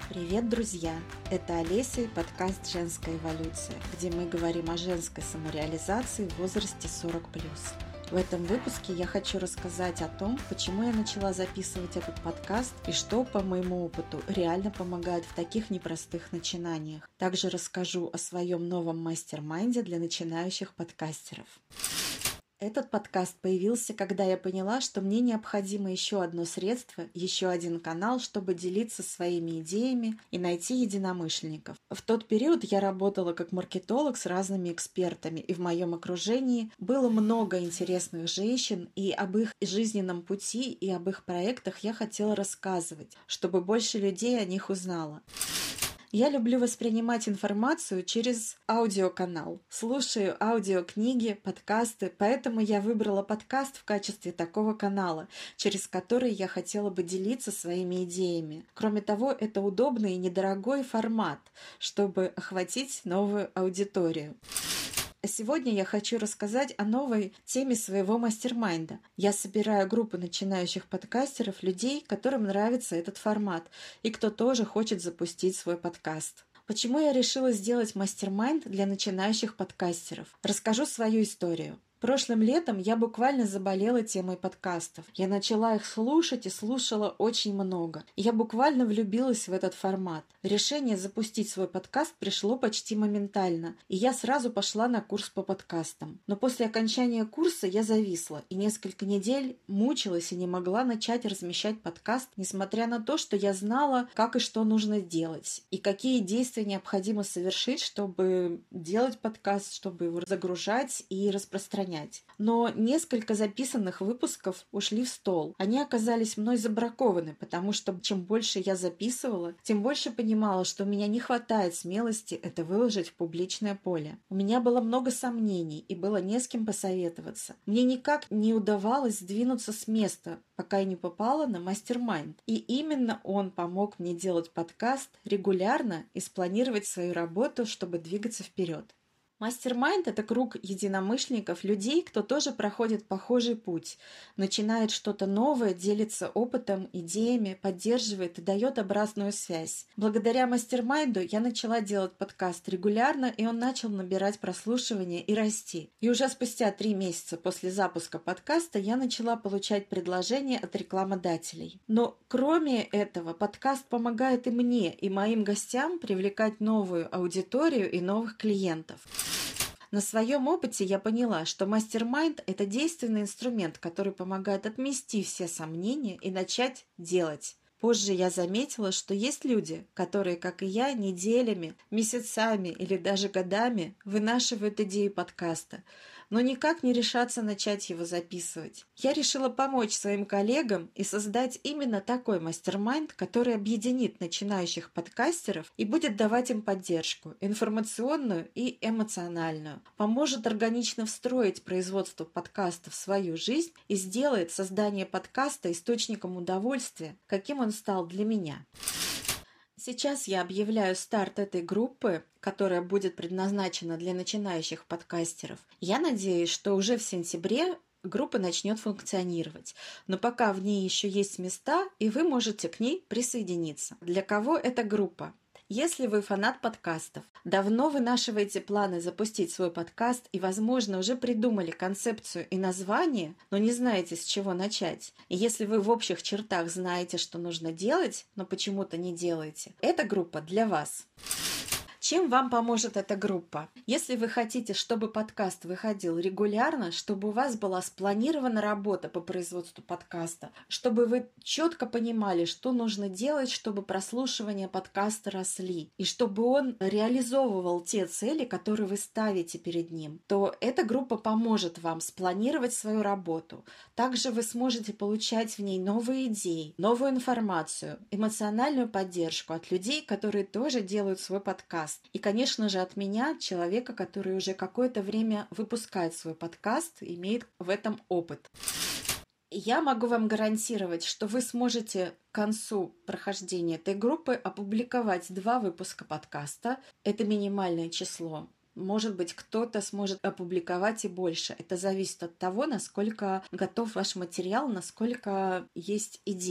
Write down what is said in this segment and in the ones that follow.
Привет, друзья! Это Олеся и подкаст «Женская эволюция», где мы говорим о женской самореализации в возрасте 40+. В этом выпуске я хочу рассказать о том, почему я начала записывать этот подкаст и что, по моему опыту, реально помогает в таких непростых начинаниях. Также расскажу о своем новом мастер-майнде для начинающих подкастеров. Этот подкаст появился, когда я поняла, что мне необходимо еще одно средство, еще один канал, чтобы делиться своими идеями и найти единомышленников. В тот период я работала как маркетолог с разными экспертами, и в моем окружении было много интересных женщин, и об их жизненном пути, и об их проектах я хотела рассказывать, чтобы больше людей о них узнало. Я люблю воспринимать информацию через аудиоканал. Слушаю аудиокниги, подкасты, поэтому я выбрала подкаст в качестве такого канала, через который я хотела бы делиться своими идеями. Кроме того, это удобный и недорогой формат, чтобы охватить новую аудиторию. Сегодня я хочу рассказать о новой теме своего мастер-майнда. Я собираю группу начинающих подкастеров, людей, которым нравится этот формат, и кто тоже хочет запустить свой подкаст. Почему я решила сделать мастер-майнд для начинающих подкастеров? Расскажу свою историю. Прошлым летом я буквально заболела темой подкастов. Я начала их слушать и слушала очень много. Я буквально влюбилась в этот формат. Решение запустить свой подкаст пришло почти моментально, и я сразу пошла на курс по подкастам. Но после окончания курса я зависла и несколько недель мучилась и не могла начать размещать подкаст, несмотря на то, что я знала, как и что нужно делать, и какие действия необходимо совершить, чтобы делать подкаст, чтобы его загружать и распространять. Но несколько записанных выпусков ушли в стол. Они оказались мной забракованы, потому что чем больше я записывала, тем больше понимала, что у меня не хватает смелости это выложить в публичное поле. У меня было много сомнений и было не с кем посоветоваться. Мне никак не удавалось сдвинуться с места, пока я не попала на мастер-майнд. И именно он помог мне делать подкаст регулярно и спланировать свою работу, чтобы двигаться вперед. Мастер-майнд – это круг единомышленников, людей, кто тоже проходит похожий путь, начинает что-то новое, делится опытом, идеями, поддерживает и дает обратную связь. Благодаря мастер-майнду я начала делать подкаст регулярно, и он начал набирать прослушивания и расти. И уже спустя 3 месяца после запуска подкаста я начала получать предложения от рекламодателей. Но кроме этого, подкаст помогает и мне, и моим гостям привлекать новую аудиторию и новых клиентов. На своем опыте я поняла, что мастер-майнд – это действенный инструмент, который помогает отмести все сомнения и начать делать. Позже я заметила, что есть люди, которые, как и я, неделями, месяцами или даже годами вынашивают идею подкаста, но никак не решатся начать его записывать. Я решила помочь своим коллегам и создать именно такой мастер-майнд, который объединит начинающих подкастеров и будет давать им поддержку, информационную и эмоциональную, поможет органично встроить производство подкаста в свою жизнь и сделает создание подкаста источником удовольствия, каким он стал для меня. Сейчас я объявляю старт этой группы, которая будет предназначена для начинающих подкастеров. Я надеюсь, что уже в сентябре группа начнет функционировать, но пока в ней еще есть места, и вы можете к ней присоединиться. Для кого эта группа? Если вы фанат подкастов, давно вынашиваете планы запустить свой подкаст и, возможно, уже придумали концепцию и название, но не знаете, с чего начать, и если вы в общих чертах знаете, что нужно делать, но почему-то не делаете, эта группа для вас. Чем вам поможет эта группа? Если вы хотите, чтобы подкаст выходил регулярно, чтобы у вас была спланирована работа по производству подкаста, чтобы вы четко понимали, что нужно делать, чтобы прослушивания подкаста росли, и чтобы он реализовывал те цели, которые вы ставите перед ним, то эта группа поможет вам спланировать свою работу. Также вы сможете получать в ней новые идеи, новую информацию, эмоциональную поддержку от людей, которые тоже делают свой подкаст. И, конечно же, от меня, человека, который уже какое-то время выпускает свой подкаст, имеет в этом опыт. Я могу вам гарантировать, что вы сможете к концу прохождения этой группы опубликовать 2 выпуска подкаста. Это минимальное число. Может быть, кто-то сможет опубликовать и больше. Это зависит от того, насколько готов ваш материал, насколько есть идей.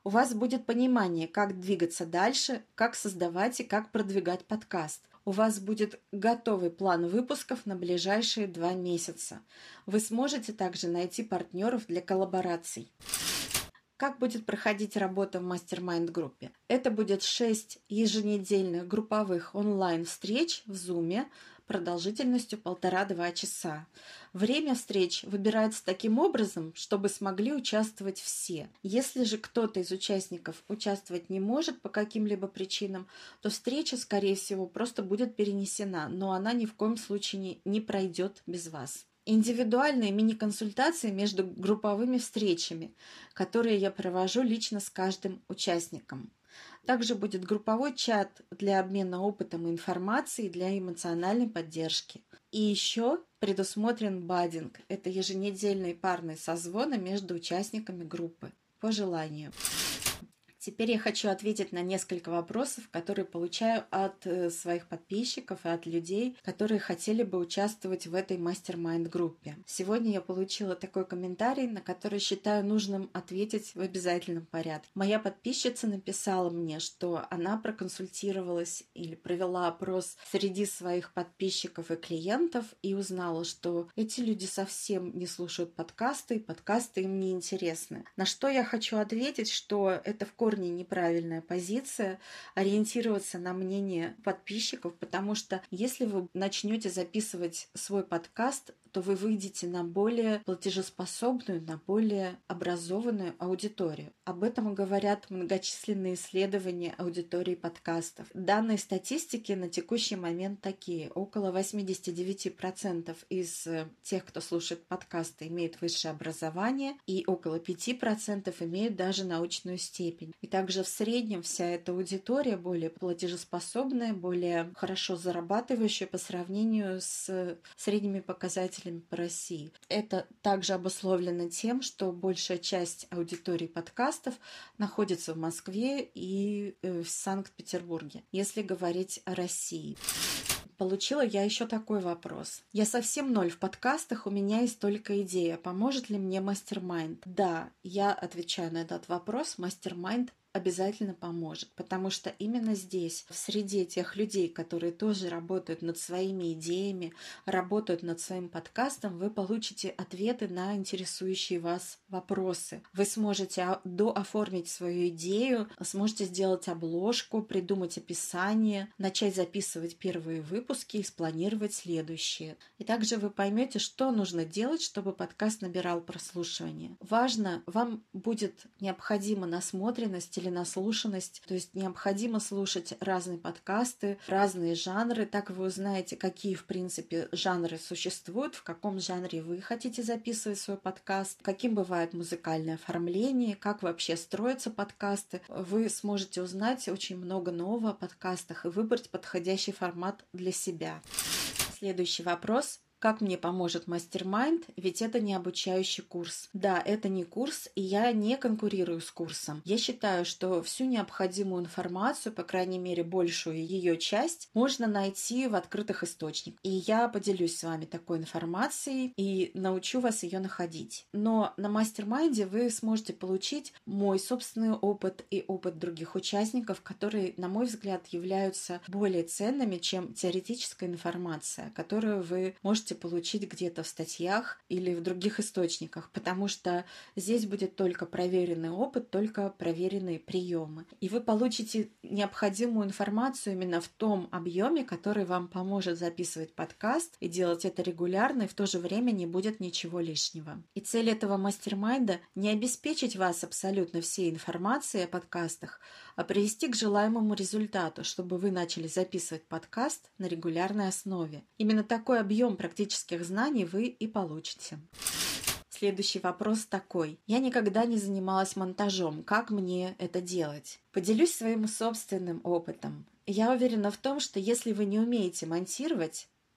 У вас будет понимание, как двигаться дальше, как создавать и как продвигать подкаст. У вас будет готовый план выпусков на ближайшие 2 месяца. Вы сможете также найти партнеров для коллабораций. Как будет проходить работа в мастер-майнд-группе? Это будет 6 еженедельных групповых онлайн-встреч в Zoom продолжительностью 1,5-2 часа. Время встреч выбирается таким образом, чтобы смогли участвовать все. Если же кто-то из участников участвовать не может по каким-либо причинам, то встреча, скорее всего, просто будет перенесена, но она ни в коем случае не пройдет без вас. Индивидуальные мини-консультации между групповыми встречами, которые я провожу лично с каждым участником. Также будет групповой чат для обмена опытом и информацией для эмоциональной поддержки. И еще предусмотрен баддинг. Это еженедельные парные созвоны между участниками группы по желанию. Теперь я хочу ответить на несколько вопросов, которые получаю от своих подписчиков и от людей, которые хотели бы участвовать в этой мастер-майнд-группе. Сегодня я получила такой комментарий, на который считаю нужным ответить в обязательном порядке. Моя подписчица написала мне, что она проконсультировалась или провела опрос среди своих подписчиков и клиентов и узнала, что эти люди совсем не слушают подкасты, и подкасты им не интересны. На что я хочу ответить, что это в корне неправильная позиция ориентироваться на мнение подписчиков, потому что если вы начнете записывать свой подкаст, то вы выйдете на более платежеспособную, на более образованную аудиторию. Об этом говорят многочисленные исследования аудитории подкастов. Данные статистики на текущий момент такие. Около 89% из тех, кто слушает подкасты, имеют высшее образование, и около 5% имеют даже научную степень. И также в среднем вся эта аудитория более платежеспособная, более хорошо зарабатывающая по сравнению с средними показателями по России. Это также обусловлено тем, что большая часть аудитории подкастов находится в Москве и в Санкт-Петербурге, если говорить о России. Получила я еще такой вопрос. Я совсем ноль в подкастах, у меня есть только идея. Поможет ли мне мастер-майнд? Да, я отвечаю на этот вопрос. Мастер-майнд обязательно поможет, потому что именно здесь, в среде тех людей, которые тоже работают над своими идеями, работают над своим подкастом, вы получите ответы на интересующие вас вопросы. Вы сможете дооформить свою идею, сможете сделать обложку, придумать описание, начать записывать первые выпуски и спланировать следующие. И также вы поймете, что нужно делать, чтобы подкаст набирал прослушивание. Важно, вам будет необходима насмотренность или наслушанность, то есть необходимо слушать разные подкасты, разные жанры, так вы узнаете, какие, в принципе, жанры существуют, в каком жанре вы хотите записывать свой подкаст, каким бывает музыкальное оформление, как вообще строятся подкасты. Вы сможете узнать очень много нового о подкастах и выбрать подходящий формат для себя. Следующий вопрос. Как мне поможет мастер-майнд? Ведь это не обучающий курс. Да, это не курс, и я не конкурирую с курсом. Я считаю, что всю необходимую информацию, по крайней мере, большую ее часть, можно найти в открытых источниках. И я поделюсь с вами такой информацией и научу вас ее находить. Но на мастер-майнде вы сможете получить мой собственный опыт и опыт других участников, которые, на мой взгляд, являются более ценными, чем теоретическая информация, которую вы можете получить где-то в статьях или в других источниках, потому что здесь будет только проверенный опыт, только проверенные приемы. И вы получите необходимую информацию именно в том объеме, который вам поможет записывать подкаст и делать это регулярно, и в то же время не будет ничего лишнего. И цель этого мастер-майнда не обеспечить вас абсолютно всей информацией о подкастах, а привести к желаемому результату, чтобы вы начали записывать подкаст на регулярной основе. Именно такой объем практических знаний вы и получите. Следующий вопрос такой. Я никогда не занималась монтажом. Как мне это делать? Поделюсь своим собственным опытом. Я уверена в том, что если вы не умеете монтировать,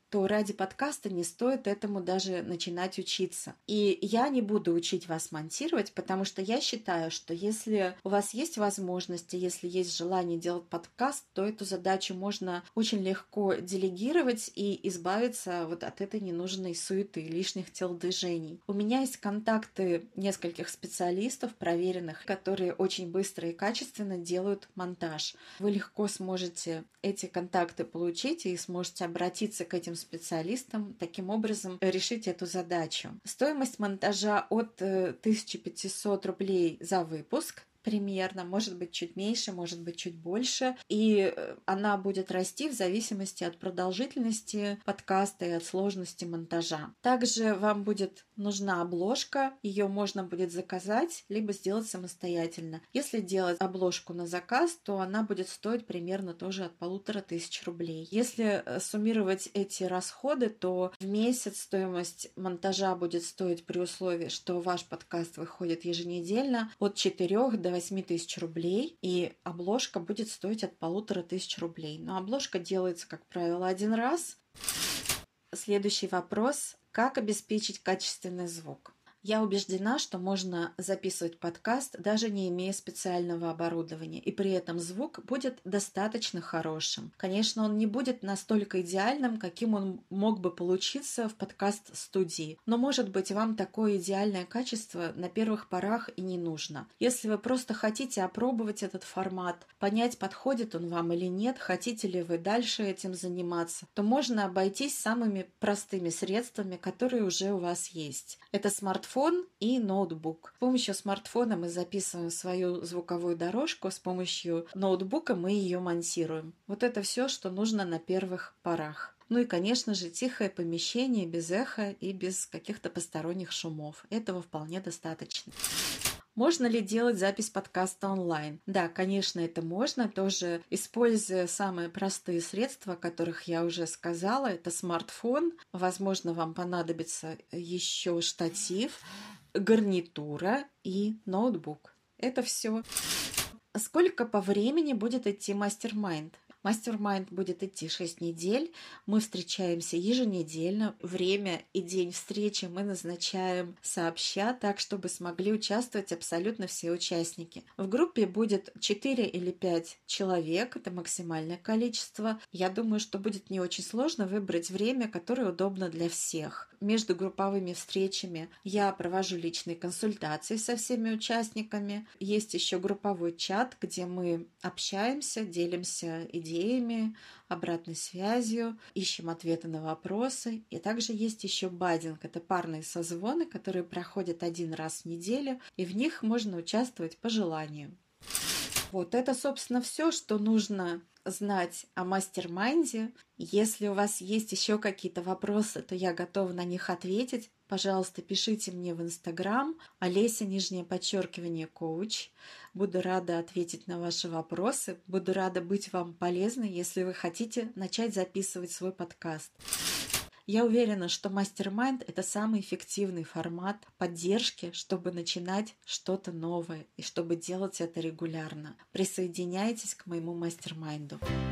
то ради подкаста не стоит этому даже начинать учиться. И я не буду учить вас монтировать, потому что я считаю, что если у вас есть возможности, если есть желание делать подкаст, то эту задачу можно очень легко делегировать и избавиться вот от этой ненужной суеты, лишних телодвижений. У меня есть контакты нескольких специалистов, проверенных, которые очень быстро и качественно делают монтаж. Вы легко сможете эти контакты получить и сможете обратиться к этим специалистам, таким образом решить эту задачу. Стоимость монтажа от 1500 рублей за выпуск. Примерно, может быть, чуть меньше, может быть, чуть больше. И она будет расти в зависимости от продолжительности подкаста и от сложности монтажа. Также вам будет нужна обложка. Ее можно будет заказать, либо сделать самостоятельно. Если делать обложку на заказ, то она будет стоить примерно тоже от 1500 рублей. Если суммировать эти расходы, то в месяц стоимость монтажа будет стоить при условии, что ваш подкаст выходит еженедельно от 4 до 8000 рублей, и обложка будет стоить от 1500 рублей. Но обложка делается, как правило, один раз. Следующий вопрос. Как обеспечить качественный звук? Я убеждена, что можно записывать подкаст, даже не имея специального оборудования, и при этом звук будет достаточно хорошим. Конечно, он не будет настолько идеальным, каким он мог бы получиться в подкаст-студии, но, может быть, вам такое идеальное качество на первых порах и не нужно. Если вы просто хотите опробовать этот формат, понять, подходит он вам или нет, хотите ли вы дальше этим заниматься, то можно обойтись самыми простыми средствами, которые уже у вас есть. Это смартфон и ноутбук. С помощью смартфона мы записываем свою звуковую дорожку, с помощью ноутбука мы ее монтируем. Вот это все, что нужно на первых порах. Ну и, конечно же, тихое помещение без эха и без каких-то посторонних шумов. Этого вполне достаточно. Можно ли делать запись подкаста онлайн? Да, конечно, это можно, тоже используя самые простые средства, о которых я уже сказала. Это смартфон, возможно, вам понадобится еще штатив, гарнитура и ноутбук. Это все. Сколько по времени будет идти мастер-майнд? Мастер-майнд будет идти 6 недель. Мы встречаемся еженедельно. Время и день встречи мы назначаем сообща, так, чтобы смогли участвовать абсолютно все участники. В группе будет 4 или 5 человек. Это максимальное количество. Я думаю, что будет не очень сложно выбрать время, которое удобно для всех. Между групповыми встречами я провожу личные консультации со всеми участниками. Есть еще групповой чат, где мы общаемся, делимся идеями, обратной связью, ищем ответы на вопросы. И также есть еще баддинг. Это парные созвоны, которые проходят один раз в неделю, и в них можно участвовать по желанию. Вот это, собственно, все, что нужно знать о мастер-майнде. Если у вас есть еще какие-то вопросы, то я готова на них ответить. Пожалуйста, пишите мне в Инстаграм Олеся_коуч. Буду рада ответить на ваши вопросы. Буду рада быть вам полезной, если вы хотите начать записывать свой подкаст. Я уверена, что мастер-майнд – это самый эффективный формат поддержки, чтобы начинать что-то новое и чтобы делать это регулярно. Присоединяйтесь к моему мастер-майнду.